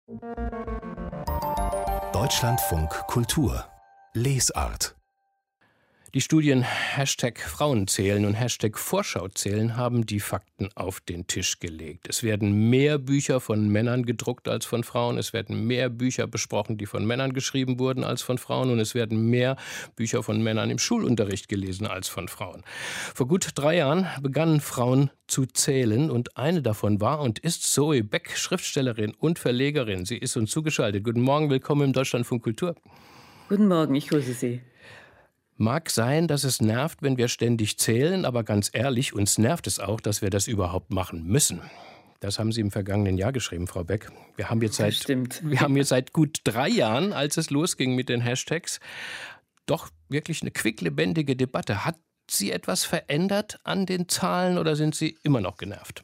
Deutschlandfunk Kultur Lesart. Die Studien #Frauenzählen und #Vorschauzählen haben die Fakten auf den Tisch gelegt. Es werden mehr Bücher von Männern gedruckt als von Frauen. Es werden mehr Bücher besprochen, die von Männern geschrieben wurden, als von Frauen. Und es werden mehr Bücher von Männern im Schulunterricht gelesen als von Frauen. Vor gut 3 Jahren begannen Frauen zu zählen. Und eine davon war und ist Zoe Beck, Schriftstellerin und Verlegerin. Sie ist uns zugeschaltet. Guten Morgen, willkommen im Deutschlandfunk Kultur. Guten Morgen, ich grüße Sie. Mag sein, dass es nervt, wenn wir ständig zählen, aber ganz ehrlich, uns nervt es auch, dass wir das überhaupt machen müssen. Das haben Sie im vergangenen Jahr geschrieben, Frau Beck. Wir haben jetzt seit gut 3 Jahren, als es losging mit den Hashtags, doch wirklich eine quicklebendige Debatte. Hat Sie etwas verändert an den Zahlen oder sind Sie immer noch genervt?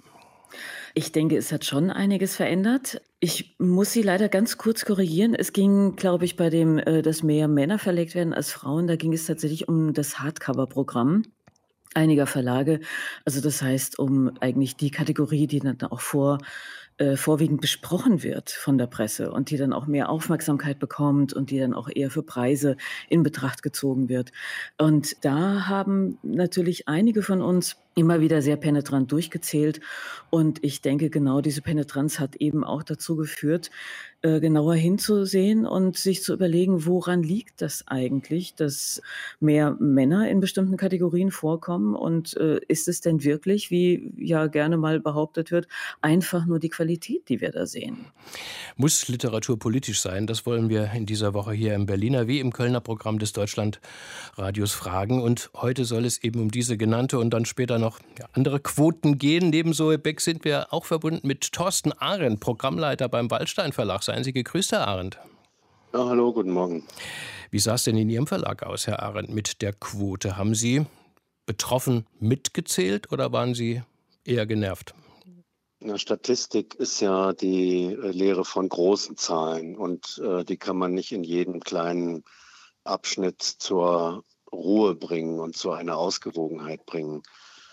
Ich denke, es hat schon einiges verändert. Ich muss Sie leider ganz kurz korrigieren. Es ging, glaube ich, bei dem, dass mehr Männer verlegt werden als Frauen, da ging es tatsächlich um das Hardcover-Programm einiger Verlage. Also das heißt, um eigentlich die Kategorie, die dann auch vorwiegend besprochen wird von der Presse und die dann auch mehr Aufmerksamkeit bekommt und die dann auch eher für Preise in Betracht gezogen wird. Und da haben natürlich einige von uns immer wieder sehr penetrant durchgezählt. Und ich denke, genau diese Penetranz hat eben auch dazu geführt, genauer hinzusehen und sich zu überlegen, woran liegt das eigentlich, dass mehr Männer in bestimmten Kategorien vorkommen? Und ist es denn wirklich, wie ja gerne mal behauptet wird, einfach nur die Qualität, die wir da sehen? Muss Literatur politisch sein? Das wollen wir in dieser Woche hier im Berliner wie im Kölner Programm des Deutschlandradios fragen. Und heute soll es eben um diese genannte und dann später noch andere Quoten gehen. Neben Zoe Beck sind wir auch verbunden mit Thorsten Arendt, Programmleiter beim Waldstein Verlag. Seien Sie gegrüßt, Herr Arendt. Ja, hallo, guten Morgen. Wie sah es denn in Ihrem Verlag aus, Herr Arendt, mit der Quote? Haben Sie betroffen mitgezählt oder waren Sie eher genervt? Ja, Statistik ist ja die Lehre von großen Zahlen und die kann man nicht in jedem kleinen Abschnitt zur Ruhe bringen und zu einer Ausgewogenheit bringen.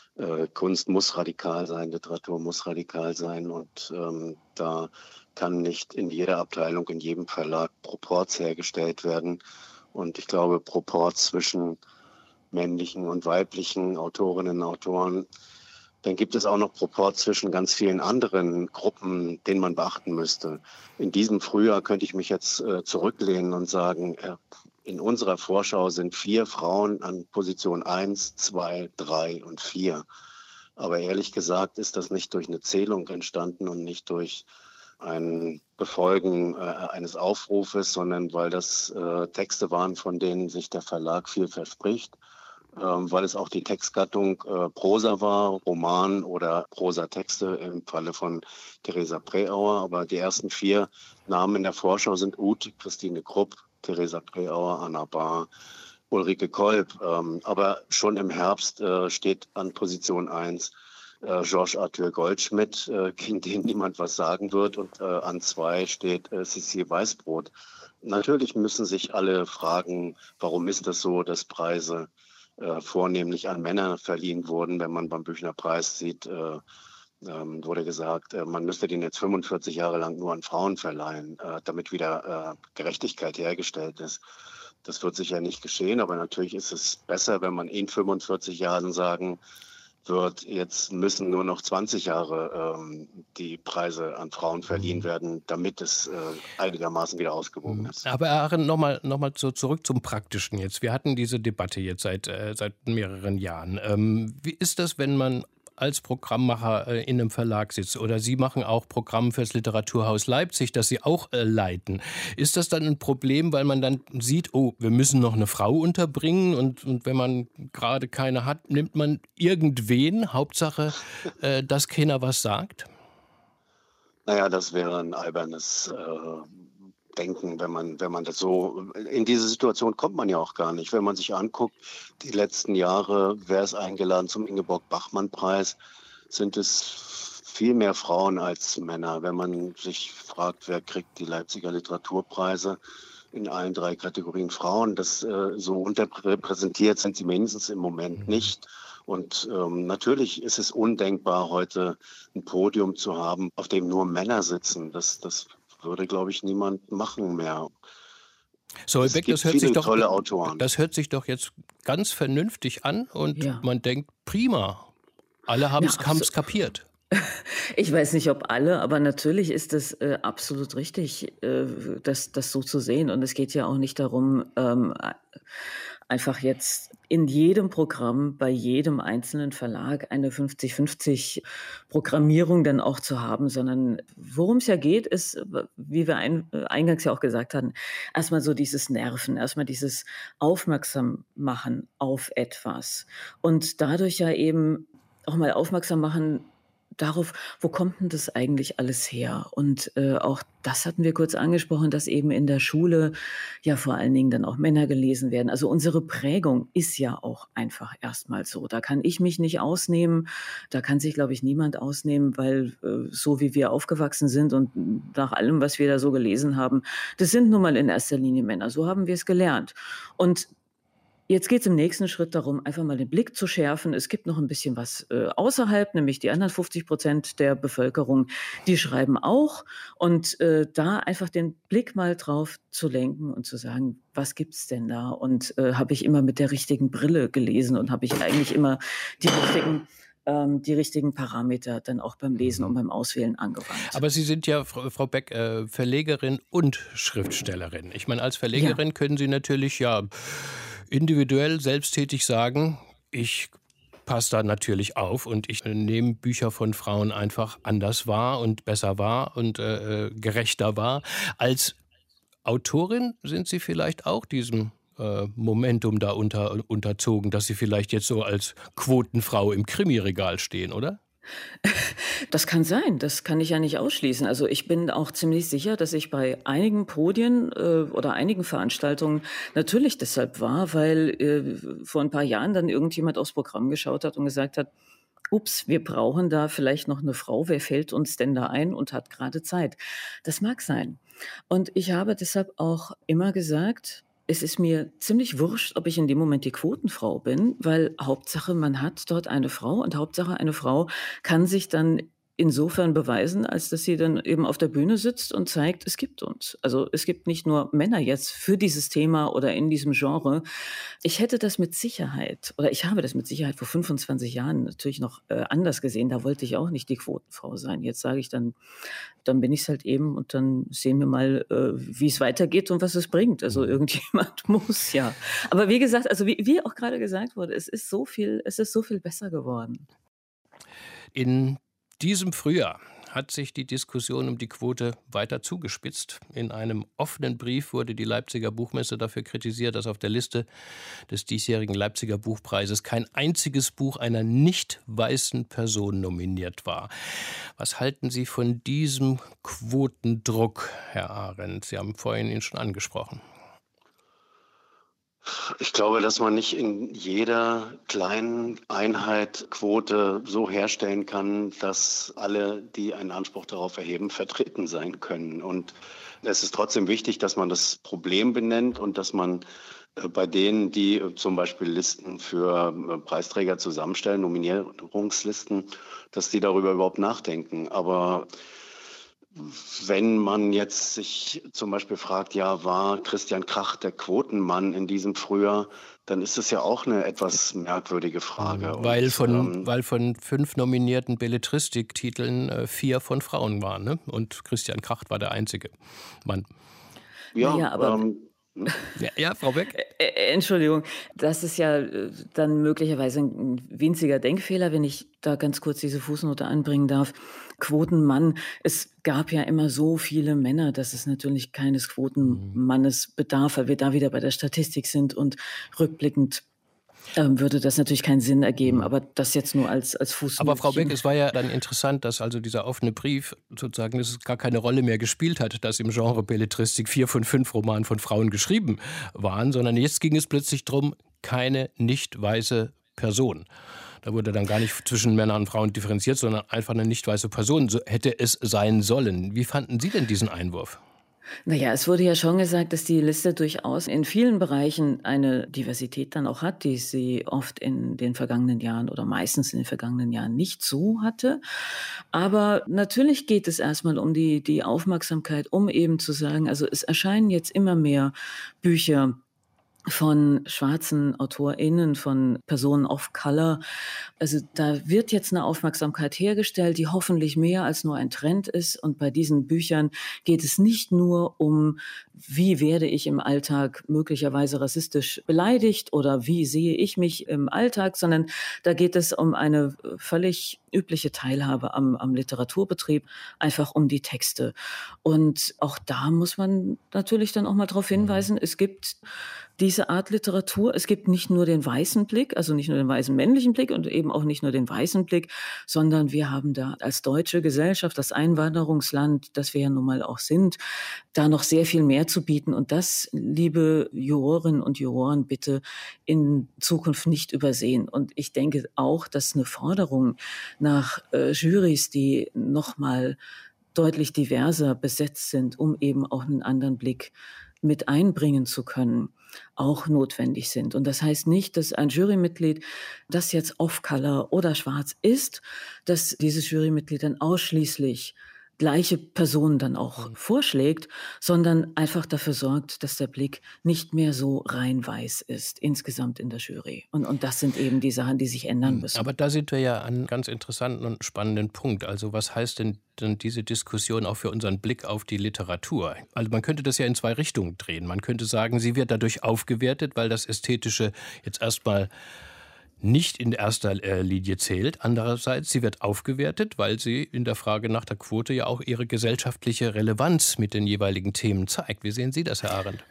Kunst muss radikal sein, Literatur muss radikal sein und da kann nicht in jeder Abteilung, in jedem Verlag Proporz hergestellt werden. Und ich glaube, Proporz zwischen männlichen und weiblichen Autorinnen und Autoren. Dann gibt es auch noch Proporz zwischen ganz vielen anderen Gruppen, denen man beachten müsste. In diesem Frühjahr könnte ich mich jetzt zurücklehnen und sagen, in unserer Vorschau sind 4 Frauen an Position 1, 2, 3 und 4. Aber ehrlich gesagt ist das nicht durch eine Zählung entstanden und nicht durch ein Befolgen eines Aufrufes, sondern weil das Texte waren, von denen sich der Verlag viel verspricht. Weil es auch die Textgattung Prosa war, Roman oder Prosatexte im Falle von Theresa Preauer. Aber die ersten 4 Namen in der Vorschau sind Uth, Christine Krupp, Theresa Preauer, Anna Bahr, Ulrike Kolb. Aber schon im Herbst steht an Position 1 Georges Arthur Goldschmidt, gegen den niemand was sagen wird. Und an 2 steht Cécile Weißbrot. Natürlich müssen sich alle fragen, warum ist das so, dass Preise vornehmlich an Männer verliehen wurden. Wenn man beim Büchnerpreis sieht, wurde gesagt, man müsste den jetzt 45 Jahre lang nur an Frauen verleihen, damit wieder Gerechtigkeit hergestellt ist. Das wird sicher nicht geschehen, aber natürlich ist es besser, wenn man in 45 Jahren sagen wird, jetzt müssen nur noch 20 Jahre die Preise an Frauen verliehen werden, damit es einigermaßen wieder ausgewogen ist. Aber Herr Arendt, nochmal zurück zum Praktischen jetzt. Wir hatten diese Debatte jetzt seit mehreren Jahren. Wie ist das, wenn man als Programmmacher in einem Verlag sitzt oder Sie machen auch Programm fürs Literaturhaus Leipzig, das Sie auch leiten. Ist das dann ein Problem, weil man dann sieht, oh, wir müssen noch eine Frau unterbringen und wenn man gerade keine hat, nimmt man irgendwen, Hauptsache, dass keiner was sagt? Naja, das wäre ein albernes Denken, wenn man das so, in diese Situation kommt man ja auch gar nicht. Wenn man sich anguckt, die letzten Jahre, wer ist eingeladen zum Ingeborg-Bachmann-Preis, sind es viel mehr Frauen als Männer. Wenn man sich fragt, wer kriegt die Leipziger Literaturpreise, in allen 3 Kategorien Frauen, das so unterrepräsentiert sind sie mindestens im Moment nicht. Und natürlich ist es undenkbar, heute ein Podium zu haben, auf dem nur Männer sitzen. Das würde, glaube ich, niemand machen mehr. Solbeck, Es gibt viele tolle Autoren. Das hört sich doch jetzt ganz vernünftig an und Ja. man denkt, prima, alle haben es kapiert. Ich weiß nicht, ob alle, aber natürlich ist es absolut richtig, das so zu sehen. Und es geht ja auch nicht darum, einfach jetzt in jedem Programm, bei jedem einzelnen Verlag eine 50-50 Programmierung dann auch zu haben, sondern worum es ja geht, ist, wie wir eingangs ja auch gesagt hatten, erstmal so dieses Nerven, erstmal dieses Aufmerksam machen auf etwas und dadurch ja eben auch mal aufmerksam machen darauf, wo kommt denn das eigentlich alles her? Und auch das hatten wir kurz angesprochen, dass eben in der Schule ja vor allen Dingen dann auch Männer gelesen werden. Also unsere Prägung ist ja auch einfach erstmal so. Da kann ich mich nicht ausnehmen, da kann sich, glaube ich, niemand ausnehmen, weil so wie wir aufgewachsen sind und nach allem, was wir da so gelesen haben, das sind nun mal in erster Linie Männer. So haben wir es gelernt. Und jetzt geht es im nächsten Schritt darum, einfach mal den Blick zu schärfen. Es gibt noch ein bisschen was außerhalb, nämlich die anderen 50% der Bevölkerung, die schreiben auch. Und da einfach den Blick mal drauf zu lenken und zu sagen, was gibt's denn da? Und habe ich immer mit der richtigen Brille gelesen und habe ich eigentlich immer die richtigen Parameter dann auch beim Lesen und beim Auswählen angewandt. Aber Sie sind ja, Frau Beck, Verlegerin und Schriftstellerin. Ich meine, als Verlegerin können Sie natürlich ja individuell selbsttätig sagen, ich passe da natürlich auf und ich nehme Bücher von Frauen einfach anders wahr und besser wahr und gerechter wahr. Als Autorin sind Sie vielleicht auch diesem Momentum da unterzogen, dass Sie vielleicht jetzt so als Quotenfrau im Krimiregal stehen, oder? Das kann sein, das kann ich ja nicht ausschließen. Also ich bin auch ziemlich sicher, dass ich bei einigen Podien oder einigen Veranstaltungen natürlich deshalb war, weil vor ein paar Jahren dann irgendjemand aufs Programm geschaut hat und gesagt hat, ups, wir brauchen da vielleicht noch eine Frau, wer fällt uns denn da ein und hat gerade Zeit? Das mag sein. Und ich habe deshalb auch immer gesagt, es ist mir ziemlich wurscht, ob ich in dem Moment die Quotenfrau bin, weil Hauptsache, man hat dort eine Frau und Hauptsache, eine Frau kann sich dann insofern beweisen, als dass sie dann eben auf der Bühne sitzt und zeigt, es gibt uns. Also es gibt nicht nur Männer jetzt für dieses Thema oder in diesem Genre. Ich hätte das mit Sicherheit, oder ich habe das mit Sicherheit vor 25 Jahren natürlich noch anders gesehen. Da wollte ich auch nicht die Quotenfrau sein. Jetzt sage ich dann bin ich es halt eben und dann sehen wir mal, wie es weitergeht und was es bringt. Also irgendjemand muss ja. Aber wie gesagt, also wie auch gerade gesagt wurde, es ist so viel besser geworden. In diesem Frühjahr hat sich die Diskussion um die Quote weiter zugespitzt. In einem offenen Brief wurde die Leipziger Buchmesse dafür kritisiert, dass auf der Liste des diesjährigen Leipziger Buchpreises kein einziges Buch einer nicht weißen Person nominiert war. Was halten Sie von diesem Quotendruck, Herr Arendt? Sie haben vorhin ihn schon angesprochen. Ich glaube, dass man nicht in jeder kleinen Einheit Quote so herstellen kann, dass alle, die einen Anspruch darauf erheben, vertreten sein können. Und es ist trotzdem wichtig, dass man das Problem benennt und dass man bei denen, die zum Beispiel Listen für Preisträger zusammenstellen, Nominierungslisten, dass die darüber überhaupt nachdenken. Aber wenn man jetzt sich zum Beispiel fragt, ja, war Christian Krach der Quotenmann in diesem Frühjahr, dann ist es ja auch eine etwas merkwürdige Frage. Weil von 5 nominierten Belletristiktiteln 4 von Frauen waren, ne? Und Christian Krach war der einzige Mann. Ja, aber Ja, Frau Beck? Entschuldigung, das ist ja dann möglicherweise ein winziger Denkfehler, wenn ich da ganz kurz diese Fußnote anbringen darf. Quotenmann, es gab ja immer so viele Männer, dass es natürlich keines Quotenmannes bedarf, weil wir da wieder bei der Statistik sind und rückblickend würde das natürlich keinen Sinn ergeben, aber das jetzt nur als Fußnote. Aber Frau Beck, es war ja dann interessant, dass also dieser offene Brief sozusagen, dass es gar keine Rolle mehr gespielt hat, dass im Genre Belletristik 4 von 5 Romanen von Frauen geschrieben waren, sondern jetzt ging es plötzlich darum, keine nicht weiße Person. Da wurde dann gar nicht zwischen Männern und Frauen differenziert, sondern einfach eine nicht weiße Person. So hätte es sein sollen. Wie fanden Sie denn diesen Einwurf? Naja, es wurde ja schon gesagt, dass die Liste durchaus in vielen Bereichen eine Diversität dann auch hat, die sie oft in den vergangenen Jahren oder meistens in den vergangenen Jahren nicht so hatte. Aber natürlich geht es erstmal um die Aufmerksamkeit, um eben zu sagen, also es erscheinen jetzt immer mehr Bücher von schwarzen AutorInnen, von Personen of Color. Also da wird jetzt eine Aufmerksamkeit hergestellt, die hoffentlich mehr als nur ein Trend ist. Und bei diesen Büchern geht es nicht nur um, wie werde ich im Alltag möglicherweise rassistisch beleidigt oder wie sehe ich mich im Alltag, sondern da geht es um eine völlig übliche Teilhabe am Literaturbetrieb, einfach um die Texte. Und auch da muss man natürlich dann auch mal darauf hinweisen, es gibt diese Art Literatur. Es gibt nicht nur den weißen Blick, also nicht nur den weißen männlichen Blick und eben auch nicht nur den weißen Blick, sondern wir haben da als deutsche Gesellschaft, das Einwanderungsland, das wir ja nun mal auch sind, da noch sehr viel mehr zu bieten. Und das, liebe Jurorinnen und Juroren, bitte in Zukunft nicht übersehen. Und ich denke auch, dass eine Forderung nach Jurys, die nochmal deutlich diverser besetzt sind, um eben auch einen anderen Blick mit einbringen zu können, auch notwendig sind. Und das heißt nicht, dass ein Jurymitglied, das jetzt off-color oder schwarz ist, dass dieses Jurymitglied dann ausschließlich gleiche Personen dann auch vorschlägt, sondern einfach dafür sorgt, dass der Blick nicht mehr so rein weiß ist, insgesamt in der Jury. Und das sind eben die Sachen, die sich ändern müssen. Aber da sind wir ja an einem ganz interessanten und spannenden Punkt. Also was heißt denn diese Diskussion auch für unseren Blick auf die Literatur? Also man könnte das ja in zwei Richtungen drehen. Man könnte sagen, sie wird dadurch aufgewertet, weil das Ästhetische jetzt erstmal nicht in erster Linie zählt. Andererseits, sie wird aufgewertet, weil sie in der Frage nach der Quote ja auch ihre gesellschaftliche Relevanz mit den jeweiligen Themen zeigt. Wie sehen Sie das, Herr Arendt?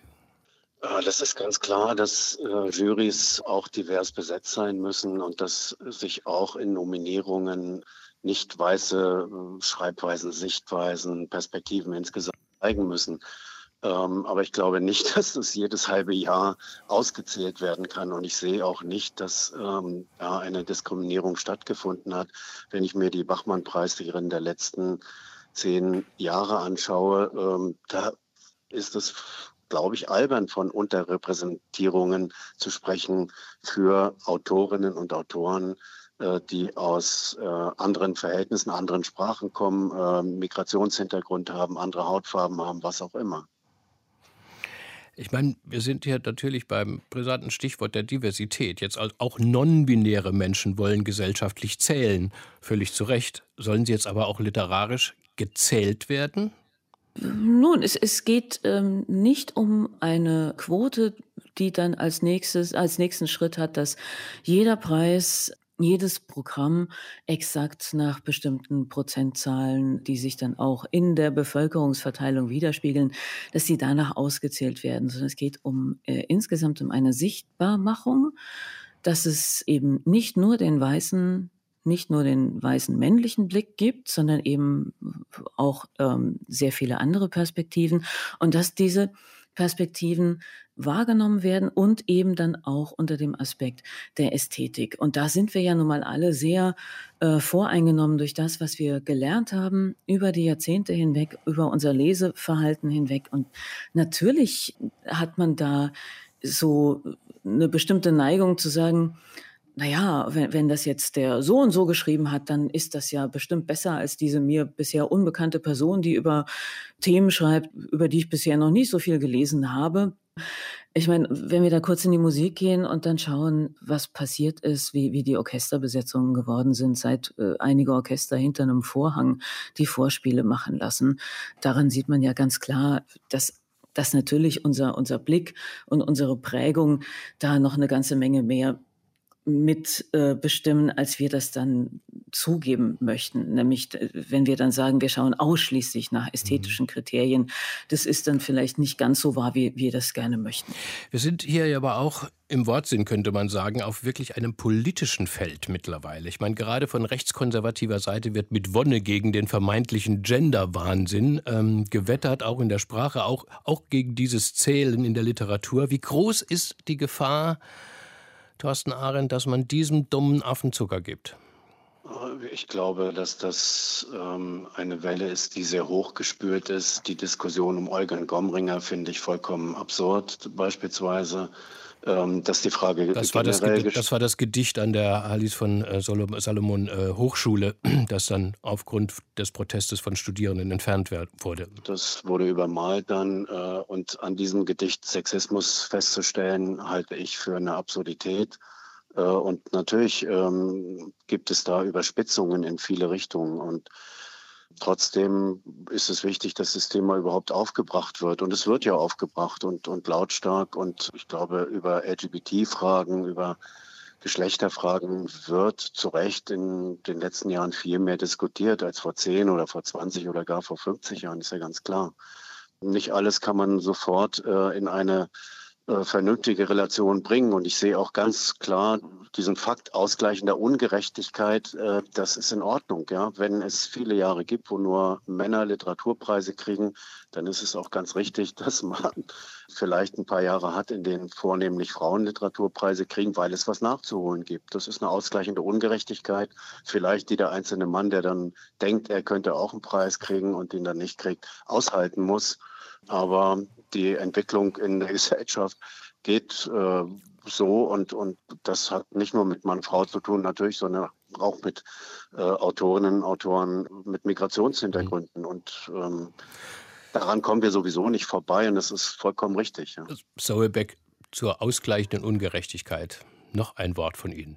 Das ist ganz klar, dass Jurys auch divers besetzt sein müssen und dass sich auch in Nominierungen nicht weiße Schreibweisen, Sichtweisen, Perspektiven insgesamt zeigen müssen. Aber ich glaube nicht, dass das jedes halbe Jahr ausgezählt werden kann. Und ich sehe auch nicht, dass da eine Diskriminierung stattgefunden hat. Wenn ich mir die Bachmann-Preisträgerin der letzten 10 Jahre anschaue, da ist es, glaube ich, albern, von Unterrepräsentierungen zu sprechen für Autorinnen und Autoren, die aus anderen Verhältnissen, anderen Sprachen kommen, Migrationshintergrund haben, andere Hautfarben haben, was auch immer. Ich meine, wir sind hier natürlich beim brisanten Stichwort der Diversität. Jetzt auch non-binäre Menschen wollen gesellschaftlich zählen. Völlig zu Recht. Sollen sie jetzt aber auch literarisch gezählt werden? Nun, es geht nicht um eine Quote, die dann als nächsten Schritt hat, dass jeder Preis, jedes Programm exakt nach bestimmten Prozentzahlen, die sich dann auch in der Bevölkerungsverteilung widerspiegeln, dass sie danach ausgezählt werden, sondern es geht insgesamt um eine Sichtbarmachung, dass es eben nicht nur den weißen männlichen Blick gibt, sondern eben auch sehr viele andere Perspektiven und dass diese Perspektiven wahrgenommen werden und eben dann auch unter dem Aspekt der Ästhetik. Und da sind wir ja nun mal alle sehr voreingenommen durch das, was wir gelernt haben über die Jahrzehnte hinweg, über unser Leseverhalten hinweg. Und natürlich hat man da so eine bestimmte Neigung zu sagen, naja, wenn das jetzt der so und so geschrieben hat, dann ist das ja bestimmt besser als diese mir bisher unbekannte Person, die über Themen schreibt, über die ich bisher noch nicht so viel gelesen habe. Ich meine, wenn wir da kurz in die Musik gehen und dann schauen, was passiert ist, wie die Orchesterbesetzungen geworden sind, seit einige Orchester hinter einem Vorhang die Vorspiele machen lassen, daran sieht man ja ganz klar, dass natürlich unser Blick und unsere Prägung da noch eine ganze Menge mehr mit bestimmen, als wir das dann zugeben möchten. Nämlich, wenn wir dann sagen, wir schauen ausschließlich nach ästhetischen Kriterien. Das ist dann vielleicht nicht ganz so wahr, wie wir das gerne möchten. Wir sind hier ja aber auch im Wortsinn, könnte man sagen, auf wirklich einem politischen Feld mittlerweile. Ich meine, gerade von rechtskonservativer Seite wird mit Wonne gegen den vermeintlichen Gender-Wahnsinn gewettert, auch in der Sprache, auch gegen dieses Zählen in der Literatur. Wie groß ist die Gefahr, Thorsten Arendt, dass man diesem dummen Affen Zucker gibt? Ich glaube, dass das eine Welle ist, die sehr hoch gespürt ist. Die Diskussion um Eugen Gomringer finde ich vollkommen absurd, beispielsweise. Dass die Frage Das war das Gedicht an der Alice von Salomon Hochschule, das dann aufgrund des Protestes von Studierenden entfernt wurde. Das wurde übermalt dann und an diesem Gedicht Sexismus festzustellen, halte ich für eine Absurdität. Und natürlich gibt es da Überspitzungen in viele Richtungen. Und trotzdem ist es wichtig, dass das Thema überhaupt aufgebracht wird. Und es wird ja aufgebracht und lautstark. Und ich glaube, über LGBT-Fragen, über Geschlechterfragen wird zu Recht in den letzten Jahren viel mehr diskutiert als vor 10 oder vor 20 oder gar vor 50 Jahren, ist ja ganz klar. Nicht alles kann man sofort in eine vernünftige Relation bringen. Und ich sehe auch ganz klar diesen Fakt ausgleichender Ungerechtigkeit, das ist in Ordnung. Ja? Wenn es viele Jahre gibt, wo nur Männer Literaturpreise kriegen, dann ist es auch ganz richtig, dass man vielleicht ein paar Jahre hat, in denen vornehmlich Frauen Literaturpreise kriegen, weil es was nachzuholen gibt. Das ist eine ausgleichende Ungerechtigkeit, vielleicht die der einzelne Mann, der dann denkt, er könnte auch einen Preis kriegen und den dann nicht kriegt, aushalten muss. Aber die Entwicklung in der Gesellschaft geht so und das hat nicht nur mit Mann-Frau zu tun natürlich, sondern auch mit Autorinnen und Autoren mit Migrationshintergründen. Und daran kommen wir sowieso nicht vorbei und das ist vollkommen richtig. Ja. Zoe Beck, zur ausgleichenden Ungerechtigkeit. Noch ein Wort von Ihnen.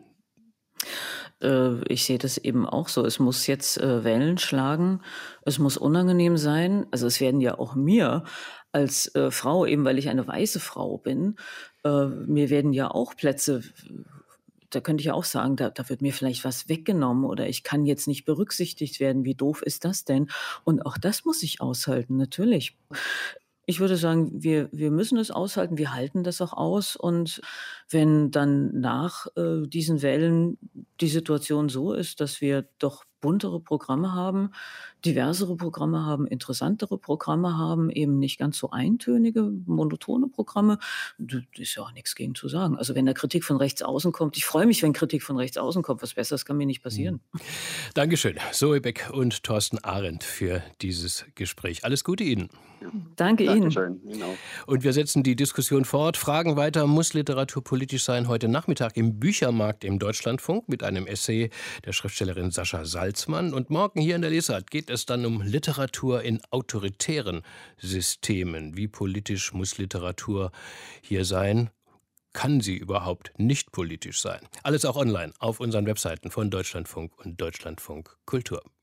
Ich sehe das eben auch so. Es muss jetzt Wellen schlagen. Es muss unangenehm sein. Also es werden ja auch mir als Frau, eben weil ich eine weiße Frau bin, mir werden ja auch Plätze, da könnte ich ja auch sagen, da wird mir vielleicht was weggenommen oder ich kann jetzt nicht berücksichtigt werden. Wie doof ist das denn? Und auch das muss ich aushalten, natürlich. Ich würde sagen, wir müssen es aushalten, wir halten das auch aus. Und wenn dann nach diesen Wellen die Situation so ist, dass wir doch buntere Programme haben, diversere Programme haben, interessantere Programme haben, eben nicht ganz so eintönige, monotone Programme, da ist ja auch nichts gegen zu sagen. Also wenn da Kritik von rechts außen kommt, ich freue mich, wenn Kritik von rechts außen kommt, was Besseres kann mir nicht passieren. Dankeschön, Zoe Beck und Thorsten Arendt für dieses Gespräch. Alles Gute Ihnen. Ja. Danke Ihnen. Genau. Und wir setzen die Diskussion fort. Fragen weiter, muss Literatur politisch sein? Heute Nachmittag im Büchermarkt im Deutschlandfunk mit einem Essay der Schriftstellerin Sascha Salzmann. Und morgen hier in der Lesart geht es dann um Literatur in autoritären Systemen. Wie politisch muss Literatur hier sein? Kann sie überhaupt nicht politisch sein? Alles auch online auf unseren Webseiten von Deutschlandfunk und Deutschlandfunk Kultur.